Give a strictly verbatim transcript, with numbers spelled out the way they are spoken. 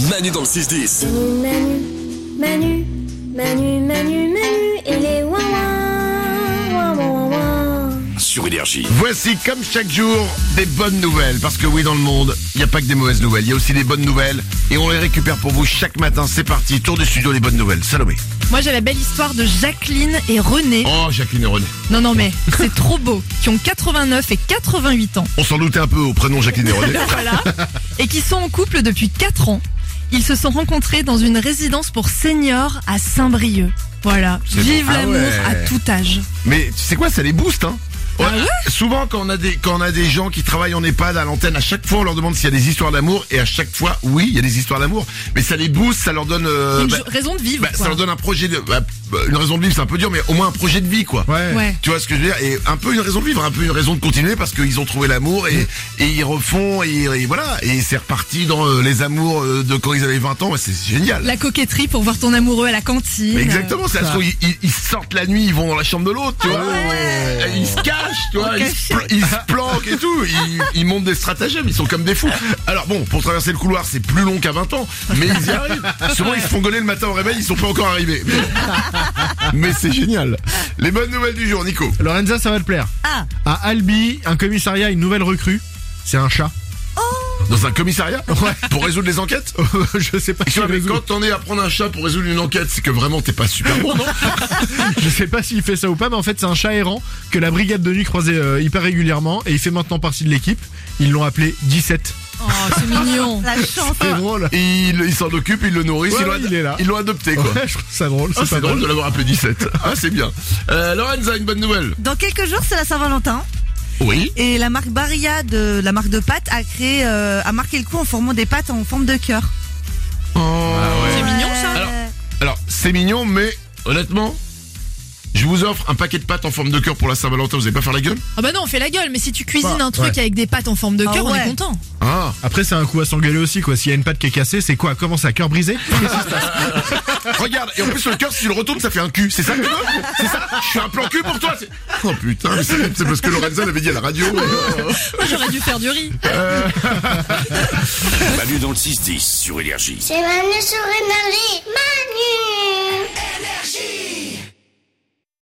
Manu dans le six dix. Manu, Manu, Manu, Manu, Manu, et les ouin ouin, ouin ouin ouin. Sur Énergie. Voici comme chaque jour des bonnes nouvelles. Parce que oui, dans le monde, il n'y a pas que des mauvaises nouvelles. Il y a aussi des bonnes nouvelles. Et on les récupère pour vous chaque matin. C'est parti, tour du studio des bonnes nouvelles. Salomé. Moi j'ai la belle histoire de Jacqueline et René. Oh, Jacqueline et René. Non non mais c'est trop beau. Qui ont quatre-vingt-neuf et quatre-vingt-huit ans. On s'en doutait un peu au prénom Jacqueline et René. Voilà. Et qui sont en couple depuis quatre ans. Ils se sont rencontrés dans une résidence pour seniors à Saint-Brieuc. Voilà. C'est Vive bon. Ah l'amour ouais. à tout âge. Mais tu sais quoi, ça les booste, hein. Ouais, Ah ouais souvent quand on a des quand on a des gens qui travaillent en EHPAD à l'antenne, à chaque fois on leur demande s'il y a des histoires d'amour et à chaque fois oui il y a des histoires d'amour, mais ça les booste, ça leur donne euh, Une bah, jo- raison de vivre. bah, quoi. ça leur donne un projet de bah, une raison de vivre, c'est un peu dur, mais au moins un projet de vie quoi. Ouais. Ouais. Tu vois ce que je veux dire, et un peu une raison de vivre, un peu une raison de continuer parce qu'ils ont trouvé l'amour et et ils refont et, et voilà et c'est reparti dans euh, les amours euh, de quand ils avaient vingt ans, ouais, c'est génial. La coquetterie pour voir ton amoureux à la cantine. Mais exactement, c'est ça. à ce ils, ils, ils sortent la nuit, ils vont dans la chambre de l'autre, tu vois. Et ils se cachent, tu vois, ils se, pla- ils se planquent et tout. Ils, ils montent des stratagèmes, ils sont comme des fous. Alors bon, pour traverser le couloir, c'est plus long qu'à vingt ans, mais ils y arrivent. Souvent, ils se font gauler le matin au réveil, ils sont pas encore arrivés. Mais, mais c'est génial. Les bonnes nouvelles du jour, Nico. Lorenza, ça va te plaire. Ah. À Albi, un commissariat, une nouvelle recrue. C'est un chat. Dans un commissariat, pour résoudre les enquêtes. Je sais pas Tu si vois, mais résout- quand on est à prendre un chat pour résoudre une enquête, c'est que vraiment t'es pas super bon, non? Je sais pas s'il fait ça ou pas, mais en fait c'est un chat errant que la brigade de nuit croisait euh, hyper régulièrement et il fait maintenant partie de l'équipe. Ils l'ont appelé dix-sept. Oh c'est mignon. La chance. C'est drôle. Et il, il s'en occupe, il le nourrit, Ouais, ils l'ont il est là. ils l'ont adopté quoi. Ouais, je trouve ça drôle. Ah, C'est c'est pas drôle drôle. de l'avoir appelé dix-sept. Ah, c'est bien. Euh, Lorenza, une bonne nouvelle. Dans quelques jours, c'est la Saint-Valentin. Oui. Et la marque Barilla, de la marque de pâtes, a créé, euh, a marqué le coup en formant des pâtes en forme de cœur. C'est mignon ça. Alors, alors, c'est mignon, mais honnêtement, je vous offre un paquet de pâtes en forme de cœur pour la Saint-Valentin. Vous allez pas faire la gueule? Ah bah non on fait la gueule, mais si tu cuisines Bah, un truc ouais. avec des pâtes en forme de Ah cœur, on ouais. est content. Ah. Après c'est un coup à s'engueuler aussi quoi. S'il y a une patte qui est cassée, c'est quoi? Comment ça? Cœur brisé? Regarde, et en plus le cœur, si tu le retournes, ça fait un cul. C'est ça que tu veux? C'est ça? Je fais un plan cul pour toi. c'est- Oh putain, mais c'est c'est parce que Lorenza l'avait dit à la radio. Moi j'aurais dû faire du riz. Manu dans le six dix sur Énergie. C'est Manu sur Énergie. Manu